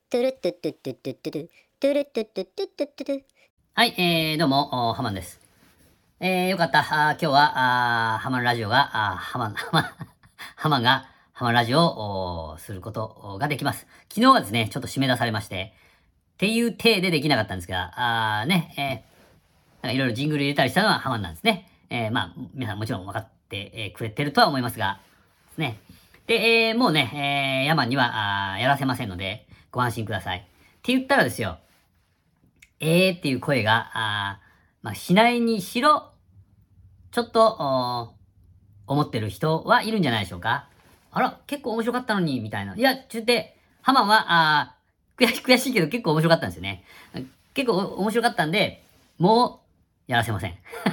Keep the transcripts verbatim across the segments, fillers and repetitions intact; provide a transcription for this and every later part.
トゥルットゥットゥットゥットゥットゥルトゥルットゥットゥットゥットゥットゥル。 はい、えー、どうも、おハマンです。えー、よかった。あー今日は、あーハマンラジオが、あーハマン、ハマン、ハマンが、ハマンラジオを、することができます。昨日はですね、ちょっと締め出されまして、っていう体でできなかったんですが、あーね、えー、なんかいろいろジングル入れたりしたのはハマンなんですね。えー、まあ、皆さんもちろん分かってえーくれてるとは思いますが、ですね。で、えー、もうね、えー、ヤマンには、あーやらせませんので、ご安心ください。って言ったらですよ、えーっていう声が、あまあ、しないにしろ、ちょっと、思ってる人はいるんじゃないでしょうか。あら、結構面白かったのに、みたいな。いや、ちゅって、ハマンは、あ悔し、悔しいけど結構面白かったんですよね。結構面白かったんで、もう、やらせません。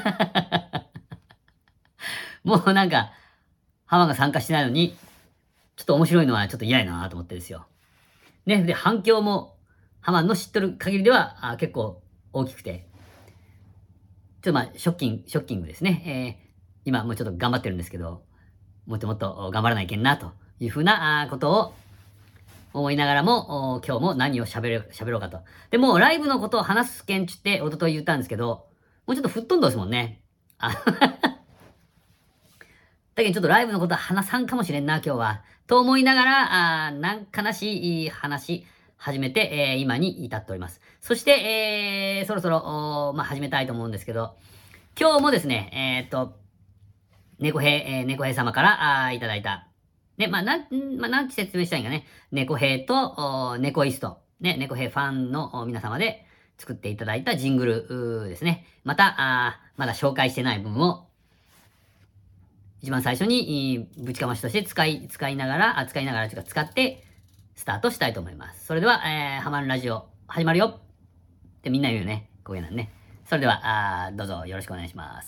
もうなんか、ハマンが参加してないのに、ちょっと面白いのはちょっと嫌やなと思ってですよ。ね、で、反響も、ハマンの知っとる限りでは、あ結構大きくて、ちょっとまあ、ショッキング、ショッキングですね。えー、今もうちょっと頑張ってるんですけど、もっともっと頑張らないけんな、というふうなことを思いながらも、今日も何を喋る、喋ろうかと。で、もうライブのことを話すけんちって、おととい言ったんですけど、もうちょっと吹っ飛んどですもんね。あだけどちょっとライブのことは話さんかもしれんな、今日は。と思いながら、あなん悲しい話、始めて、えー、今に至っております。そして、えー、そろそろ、まあ、始めたいと思うんですけど、今日もですね、えー、っと、猫兵、えー、猫兵様から、あいただいた。ね、まあ、なん、まあ、なんて説明したいんかね。猫兵と、猫イスト。ね、猫兵ファンの皆様で作っていただいたジングルですね。また、あまだ紹介してない部分を、一番最初に、ぶちかましとして使い、使いながら、あ使いながらというか使って、スタートしたいと思います。それでは、えー、ハマンラジオ、始まるよってみんな言うよね。こういうのね。それでは、あどうぞよろしくお願いします。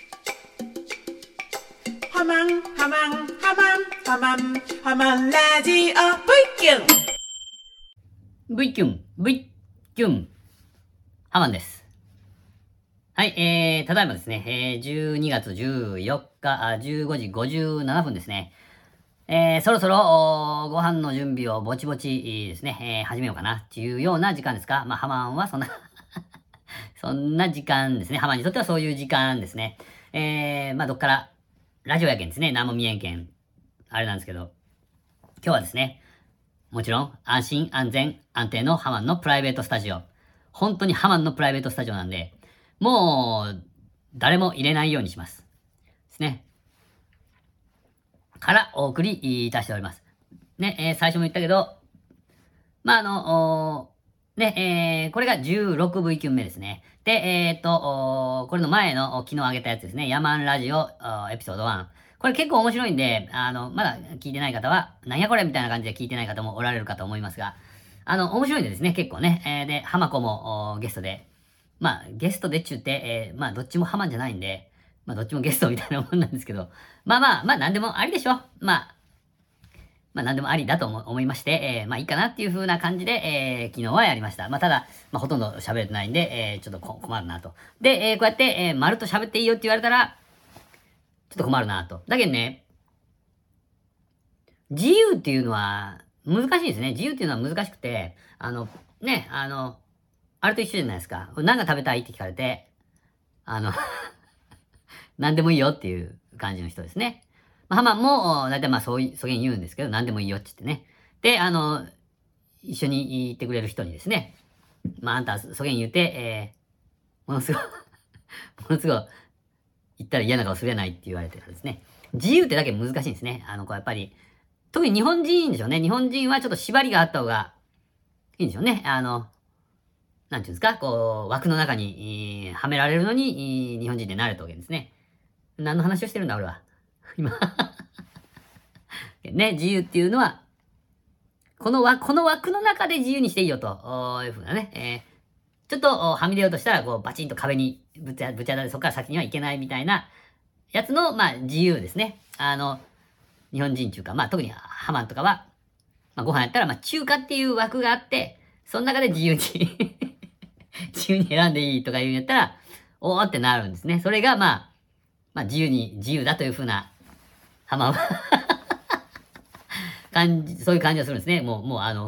ハマン、ハマン、ハマン、ハマン、ハマンラジオ、V キュン V キュン、V キュン、ハマンです。はい、えー、ただいまですね、えー、じゅうにがつじゅうよっか、あじゅうごじごじゅうななふんですね。えー、そろそろ、ご飯の準備をぼちぼちですね、えー、始めようかな、っていうような時間ですか。まあ、ハマンはそんなそんな時間ですね。ハマンにとってはそういう時間ですね。えー、まあ、どっから、ラジオやけんですね。何も見えんけん。あれなんですけど、今日はですね、もちろん、安心、安全、安定のハマンのプライベートスタジオ。本当にハマンのプライベートスタジオなんで、もう、誰も入れないようにします。ですね。からお送りいたしております。ね、えー、最初も言ったけど、まあ、あの、ね、えー、これが じゅうろくブイ キュン目ですね。で、えー、っと、これの前の昨日上げたやつですね。ヤマンラジオエピソードワン。これ結構面白いんで、あの、まだ聞いてない方は、なんやこれみたいな感じで聞いてない方もおられるかと思いますが、あの、面白いんでですね、結構ね。えー、で、ハマコもゲストで、まあ、ゲストでっちゅって、えー、まあ、どっちもハマンじゃないんで、まあ、どっちもゲストみたいなもんなんですけど、まあまあ、まあ、なんでもありでしょ。まあ、まあ、なんでもありだと思いまして、えー、まあ、いいかなっていう風な感じで、えー、昨日はやりました。まあ、ただ、まあ、ほとんど喋れてないんで、えー、ちょっと困るなと。で、えー、こうやって、えー、まるっと喋っていいよって言われたら、ちょっと困るなと。だけどね、自由っていうのは、難しいですね。自由っていうのは難しくて、あの、ね、あの、あれと一緒じゃないですか。何が食べたいって聞かれて、あの何でもいいよっていう感じの人ですね。まあ、ハマンも、だいたいまあそういう、そげん言うんですけど、何でもいいよって言ってね。で、あの、一緒に行ってくれる人にですね、まああんた、そげん言うて、えー、ものすごいものすごい、言ったら嫌な顔するやないって言われてるんですね。自由ってだけ難しいんですね。あの、こうやっぱり、特に日本人でしょうね。日本人はちょっと縛りがあった方がいいんでしょうね。あの、なんていうんですか、こう、枠の中に、えーはめられるのに、日本人で慣れたわけですね。何の話をしてるんだ、俺は。今ね、自由っていうのは、この枠、この枠の中で自由にしていいよと、いうふうなね、えー、ちょっとはみ出ようとしたら、こう、バチンと壁にぶちぶち当たって、そこから先にはいけないみたいな、やつの、まあ、自由ですね。あの、日本人中華、まあ、特にハマンとかは、まあ、ご飯やったら、まあ、中華っていう枠があって、その中で自由に自由に選んでいいとか言うんやったら、おーってなるんですね。それが、まあ、まあ、自由に、自由だというふうな、ハマンは感じ、そういう感じがするんですね。もう、もうあの、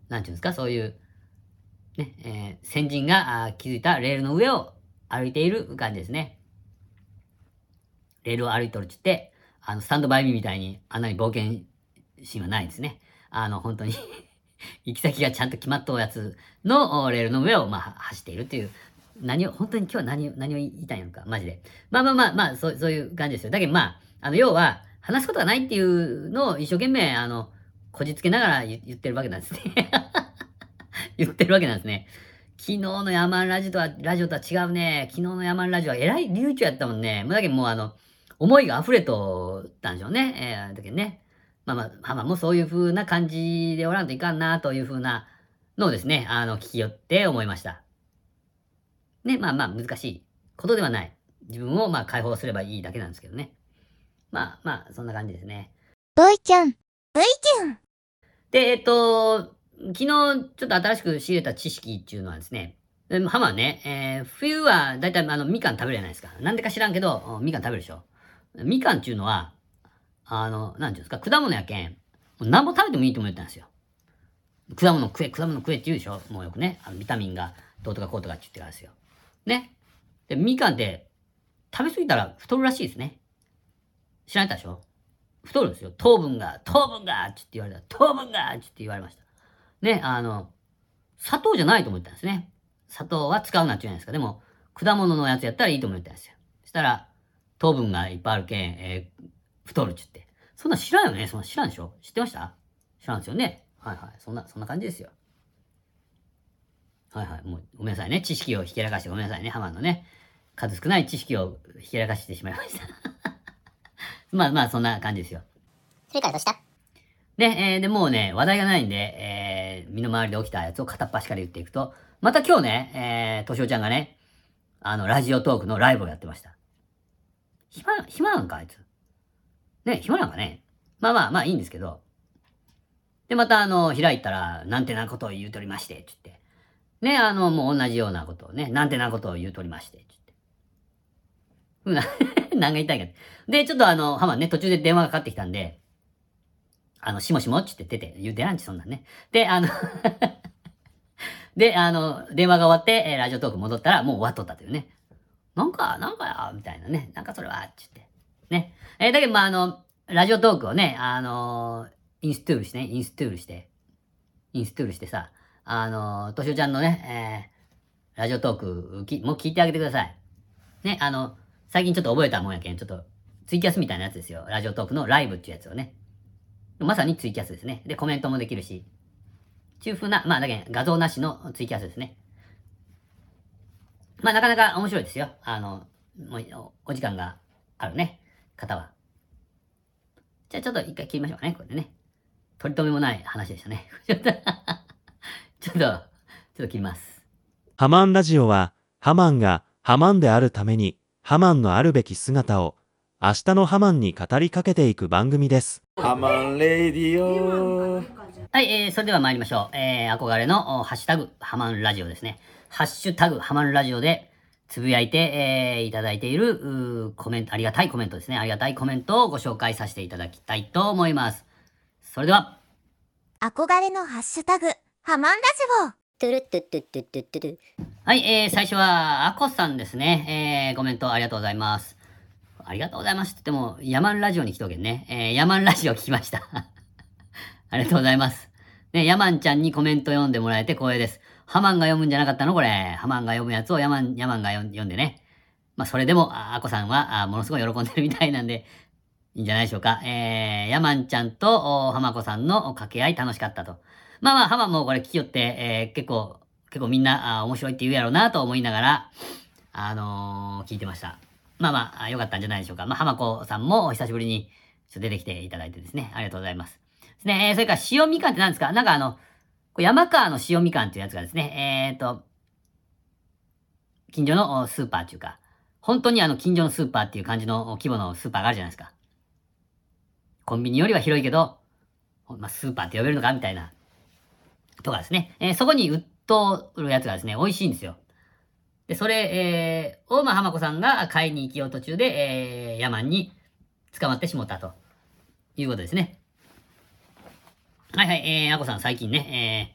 なんていうんですか、そういう、ね、えー、先人があ築いたレールの上を歩いている感じですね。レールを歩いとるって言って、あの、スタンドバイミーみたいにあんなに冒険心はないですね。あの、本当に行き先がちゃんと決まったやつのレールの上を、まあ、走っているっていう、何を、本当に今日は何を、何を言いたいのか、マジで。まあまあまあまあ、そう、そういう感じですよ。だけどまあ、あの、要は、話すことがないっていうのを一生懸命、あの、こじつけながら言言ってるわけなんですね。言ってるわけなんですね。昨日のヤマンラジオとは、ラジオとは違うね。昨日のヤマンラジオはえらい流暢やったもんね。だけどもうあの、思いが溢れとったんでしょうね。えー、だけどね。まあまあ、ハマもそういう風な感じでおらんといかんな、という風なのをですね、あの、聞き寄って思いました。ね、まあまあ難しいことではない。自分をまあ解放すればいいだけなんですけどね。まあまあ、そんな感じですね。 ボイちゃん、ボイちゃん。 で、えっと、昨日ちょっと新しく仕入れた知識っていうのはですね、ハマはね、えー、冬はだいたいあの、みかん食べるじゃないですか。なんでか知らんけど、みかん食べるでしょ。みかんっていうのは、あの、なんていうんですか、果物やけん、なんぼ食べてもいいと思ったんですよ。果物食え、果物食えって言うでしょ。もうよくね、あのビタミンがどうとかこうとかって言ってからですよ。ね。で、みかんって食べ過ぎたら太るらしいですね。知られたでしょ。太るんですよ。糖分が、糖分がって言われた。糖分がって言われました。ね、あの、砂糖じゃないと思ったんですね。砂糖は使うなって言うじゃないですか。でも、果物のやつやったらいいと思ったんですよ。そしたら、糖分がいっぱいあるけん、えー、太るって言って。そんなん知らんよね。そんなん知らんでしょ。知ってました？知らんですよね。はいはい。そんな、そんな感じですよ。はいはい。もう、ごめんなさいね。知識をひけらかしてごめんなさいね。ハマンのね。数少ない知識をひけらかしてしまいました。まあまあ、そんな感じですよ。 それからどうした？ ね、えー、で、もうね、話題がないんで、えー、身の回りで起きたやつを片っ端から言っていくと、また今日ね、えー、としおちゃんがね、あの、ラジオトークのライブをやってました。暇、暇なんかあいつ。ね、暇なんかね。まあまあまあいいんですけど。で、またあの、開いたら、なんてなことを言うとりまして、って言って。ね、あの、もう同じようなことをね、なんてなことを言うとりまして、って言って。ふうな、何が言いたいか。で、ちょっとあの、ハマね、途中で電話がかかってきたんで、あの、しもしもって言って出て、言うてらんち、そんなんね。で、あので、あの、電話が終わって、えー、ラジオトーク戻ったら、もう終わっとったというね。なんか、なんかや、みたいなね。なんかそれは、って言って。ね。えー、だけど、まあ、あの、ラジオトークをね、あのー、インストゥールしてね、インストゥールして、インストゥールしてさ、あのー、としおちゃんのね、えー、ラジオトーク、き、もう聞いてあげてください。ね、あの、最近ちょっと覚えたもんやけん、ちょっと、ツイキャスみたいなやつですよ。ラジオトークのライブっていうやつをね。まさにツイキャスですね。で、コメントもできるし、中風な、まあ、だけど画像なしのツイキャスですね。まあ、なかなか面白いですよ。あの、もう、お時間があるね、方は。じゃあちょっと一回切りましょうかね、これでね。取り留めもない話でしたね。ちょっと、ちょっと、ちょっと切ります。 ハマンラジオは、ハマンがハマンであるために、ハマンのあるべき姿を、明日のハマンに語りかけていく番組です。 ハマンレディオ。 はい、えー、それでは参りましょう。えー、憧れのハッシュタグ、ハマンラジオですね。ハッシュタグ、ハマンラジオで、つぶやいて、えー、いただいている、コメント、ありがたいコメントですね。ありがたいコメントをご紹介させていただきたいと思います。それでは。 憧れのハッシュタグ、ハマンラジオ。 トゥルットゥットゥットゥットゥットゥル。 はい、えー、最初は、アコさんですね。えー、コメントありがとうございます。ありがとうございますって言っても、ヤマンラジオに来とけんね。えー、ヤマンラジオ聞きました。ありがとうございます。ね、ヤマンちゃんにコメント読んでもらえて光栄です。ハマンが読むんじゃなかったのこれ。ハマンが読むやつをヤマン、ヤマンが読んでね。まあ、それでも、あ、アコさんは、あ、ものすごい喜んでるみたいなんで、いいんじゃないでしょうか。えー、ヤマンちゃんと、ハマコさんの掛け合い楽しかったと。まあまあ、ハマンもこれ聞きよって、えー、結構、結構みんな、あ、面白いって言うやろうなと思いながら、あのー、聞いてました。まあまあ、よかったんじゃないでしょうか。まあ、ハマコさんもお久しぶりにちょっと出てきていただいてですね、ありがとうございます。ですね、えー、それから塩みかんって何ですか？なんかあの、山川の塩みかんっていうやつがですね、えーと、近所のスーパーっていうか、本当にあの近所のスーパーっていう感じの規模のスーパーがあるじゃないですか。コンビニよりは広いけど、まあ、スーパーって呼べるのかみたいな、とかですね、えー、そこに売っとるやつがですね、美味しいんですよ。で、それ、えー、を、まあ、浜子さんが買いに行きよう途中で、えー、ヤマンに捕まってしもったということですね。はいはい、えー、あこさん最近ね、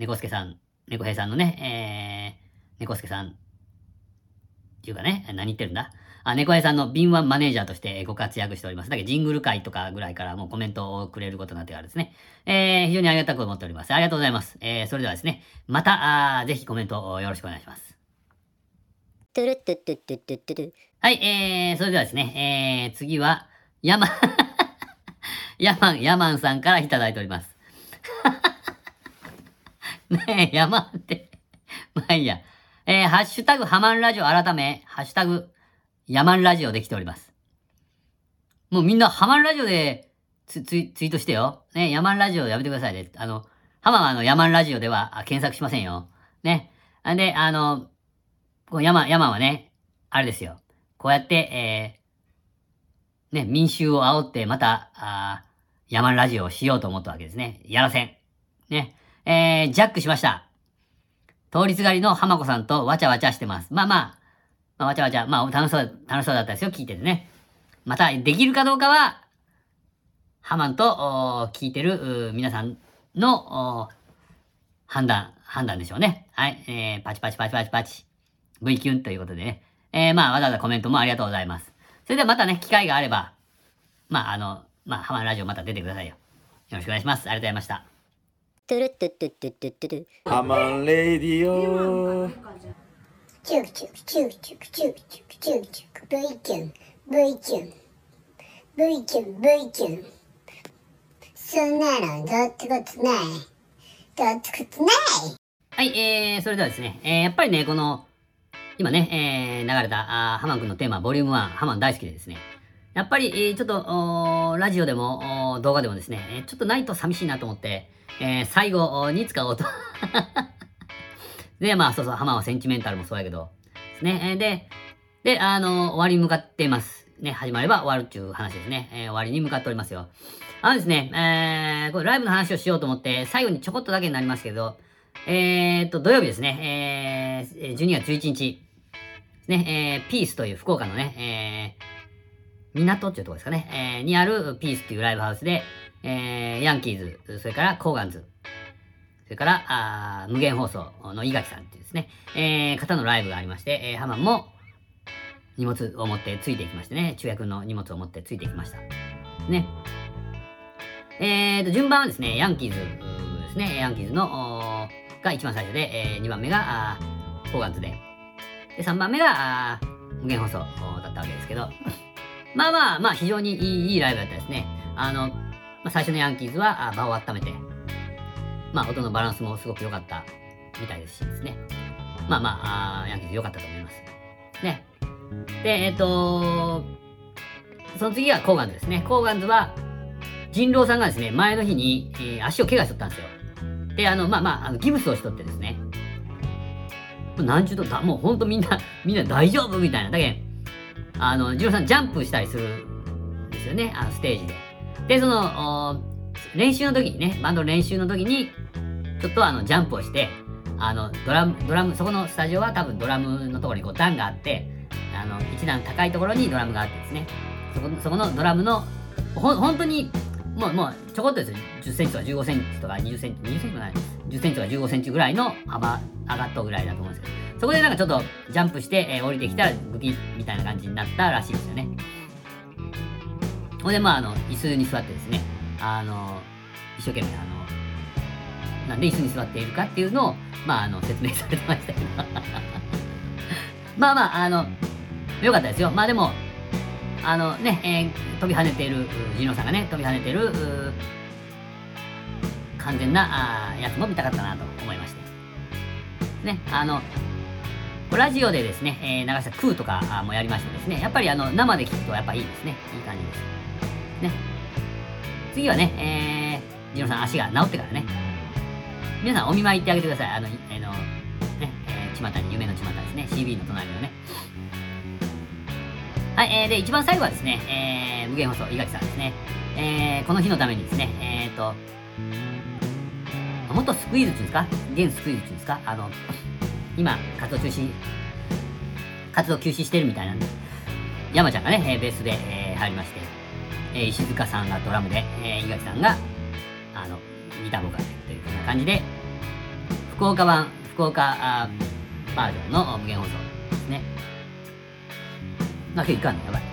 猫助さん、猫兵さんのね、えー、猫助さん、っていうかね、何言ってるんだあ、猫兵さんの敏腕マネージャーとしてご活躍しております。だけど、ジングル会とかぐらいからもうコメントをくれることになってからですね、えー、非常にありがたく思っております。ありがとうございます。えー、それではですね、また、あぜひコメントをよろしくお願いします。 トゥルットゥットゥットゥットゥットゥル。 はい、えー、それではですね、えー、次は、ヤマン、ヤマン、ヤマンさんからいただいております。ねえ、ヤマンって、まあいいや。えー、ハッシュタグハマンラジオ改め、ハッシュタグヤマンラジオできております。もうみんなハマンラジオでツツイツイートしてよ。ね、ヤマンラジオやめてくださいね。あの、ハマンはあのヤマンラジオではあ検索しませんよ。ね。んで、あの、このヤマン、ヤマンはね、あれですよ。こうやって、えー、ね、民衆を煽ってまた、あヤマンラジオをしようと思ったわけですね。やらせん。ね。えー、ジャックしました。通りすがりの浜子さんとわちゃわちゃしてます。まあまあ、まあ、わちゃわちゃ、まあ楽しそう、楽しそうだったですよ、聞いててね。また、できるかどうかは、ハマンと聞いてる皆さんの判断、判断でしょうね。はい、えー、パチパチパチパチパチ。V キュンということでね。えー、まあ、わざわざコメントもありがとうございます。それではまたね、機会があれば、まあ、あの、まあ、ハマンラジオまた出てくださいよ。よろしくお願いします。ありがとうございました。 トゥルットゥットゥットゥットゥットゥル。 ハマンレディオ。 チュクチュクチュクチュクチュクチュクチュクチュク V キュン V キュン V キュン V キュンそんなのどうってことないどうってことないはい、えー、それではですね、えー、やっぱりね、この、今ね、えー、流れた、あハマン君のテーマ、ボリュームワン、ハマン大好きでですね、やっぱり、えー、ちょっと、ラジオでも、動画でもですね、えー、ちょっとないと寂しいなと思って、えー、最後に使おうと。で、まあ、そうそう、ハマンはセンチメンタルもそうやけど、ですね。えー、で、で、あの、終わりに向かっています。ね、始まれば終わるっていう話ですね。えー、終わりに向かっておりますよ。あのですね、えー、これライブの話をしようと思って、最後にちょこっとだけになりますけど、えーっと、土曜日ですね、えー、じゅうにがつじゅういちにち、ですね、えー、ピースという福岡のね、えー、港っていうところですかね、えー、にあるピースっていうライブハウスで、えー、ヤンキーズ、それからコーガンズ、それから、あ無限放送の伊垣さんっていうですね、えー、方のライブがありまして、えー、ハマンも荷物を持ってついていきましてね、中役の荷物を持ってついていきました。ね。えーと、順番はですね、ヤンキーズですね、ヤンキーズの、が一番最初で、えー、にばんめが、コーガンズで、で、さんばんめが、無限放送だったわけですけど、まあまあまあ、非常にいい、いいライブだったですね。あの、まあ、最初のヤンキーズは場を温めて、まあ、音のバランスもすごく良かったみたいですしですね。まあまあ、あヤンキーズ良かったと思います。ね。で、えっと、その次はコーガンズですね。コーガンズは、人狼さんがですね、前の日に、えー、足を怪我しとったんですよ。で、あの、まあまあ、あのギブスをしとってですね。なんちゅうと、だもうほんとみんな、みんな大丈夫みたいな。だけど、あの、人狼さんジャンプしたりするんですよね。あの、ステージで。で、その、練習の時にね、バンドの練習の時に、ちょっとあの、ジャンプをして、あの、ドラム、ドラム、そこのスタジオは多分ドラムのところにこう段があって、あの、一段高いところにドラムがあってですね。そこ、そこのドラムの、ほ、本当に、もう、もう、ちょこっとですよ。じゅっセンチとかじゅうごセンチとかにじゅっセンチ、にじゅっセンチもない。じゅっセンチとかじゅうごセンチぐらいの幅、上がったぐらいだと思うんですけど、そこでなんかちょっとジャンプして、えー、降りてきたらグキッみたいな感じになったらしいですよね。ほんで、まあ、あの、椅子に座ってですね、あの、一生懸命、あの、なんで椅子に座っているかっていうのを、まあ、あの、説明されてましたけど。まあまあ、あの、よかったですよ。まあでも、あのね、えー、飛び跳ねている、ジノさんがね、飛び跳ねている、完全なあやつも見たかったなと思いまして。ね、あの、ラジオでですね、えー、流した空とかもやりましてですね、やっぱりあの、生で聞くとやっぱいいですね。いい感じです。ね。次はね、えー、ジノさん足が治ってからね、皆さんお見舞い行ってあげてください。あの、えー、の、ね、えー、ちまたに、夢のちまたですね、シービー の隣のね。はい、えー、で、一番最後はですね、えー、無限放送、伊垣さんですね。えー、この日のためにですね、えーと、元スクイーズっていうんですか現スクイーズっていうんですかあの、今、活動中止、活動休止してるみたいなんで、山ちゃんがね、ベースで、えー、入りまして、えー、石塚さんがドラムで、えー、伊垣さんが、あの、ギターボーカルでというような感じで、 福岡版、福岡あバージョンの無限放送ですね。あ、今日いかんね、やばい。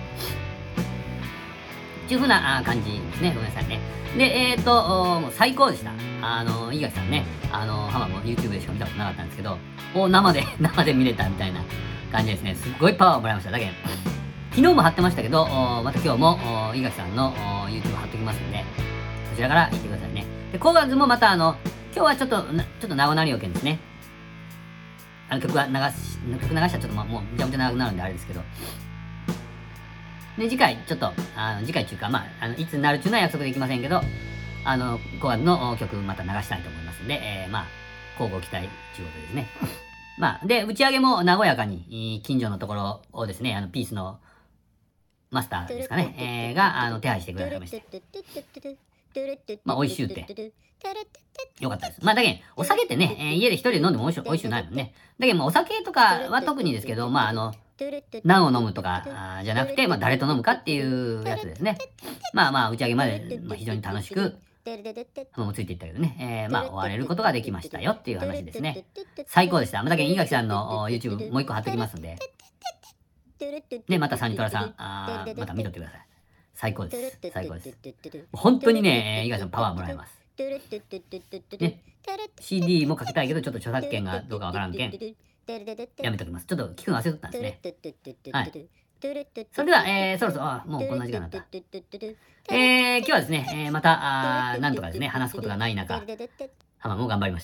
っていう風なあ感じですね。ごめんなさいね。で、えっ、ー、と、もう最高でした。あの、井垣さんね、あの、ハマも YouTube でしか見たことなかったんですけど、お生で、生で見れたみたいな感じですね。すっごいパワーをもらいました。だけど、昨日も貼ってましたけど、また今日も井垣さんの YouTube 貼っておきますんで、そちらから行ってくださいね。で、コーガーズもまたあの、今日はちょっと、ちょっと長なり要件ですね。あの曲が流し、曲流したらちょっとま、もうめちゃめちゃ長くなるんであれですけど、で、次回、ちょっと、あの、次回っていうか、まあ、あの、いつになるっていうのは約束できませんけど、あの、コーガーズの曲また流したいと思いますんで、えー、まあ、交互期待ということですね。まあ、で、打ち上げも和やかに、近所のところをですね、あの、ピースのマスターですかね、えー、が、あの、手配してくださいまして。まあ、美味しゅうて。よかったです。まあ、だけど、お酒ってね、えー、家で一人で飲んでも美味しゅう、美味しゅうないもんね。だけど、お酒とかは特にですけど、まあ、あの、何を飲むとかあじゃなくて、まあ、誰と飲むかっていうやつですね。まあまあ、打ち上げまで、まあ、非常に楽しく、もうついていったけどね、えー、まあ、終われることができましたよっていう話ですね。最高でした。まあ、だけど、井垣さんの YouTube もう一個貼っておきますんで、で、またサニトラさん、あまた見とってください。最高です。最高です。本当にね、井垣さんパワーもらえます。ね、シーディー もかけたいけど、ちょっと著作権がどうかわからんけん、やめときます。ちょっと聞くの忘れとったんですね。はい。それでは、えー、そろそろ、あ、もうこんな時間になった。えー、今日はですね、えー、また、あなんとかですね、話すことがない中、ハマも頑張りました。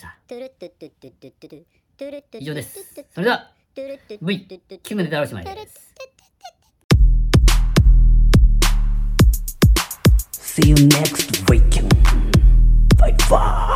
以上です。それでは、V、キムネタロシマイです。 See you next weekend. Bye bye.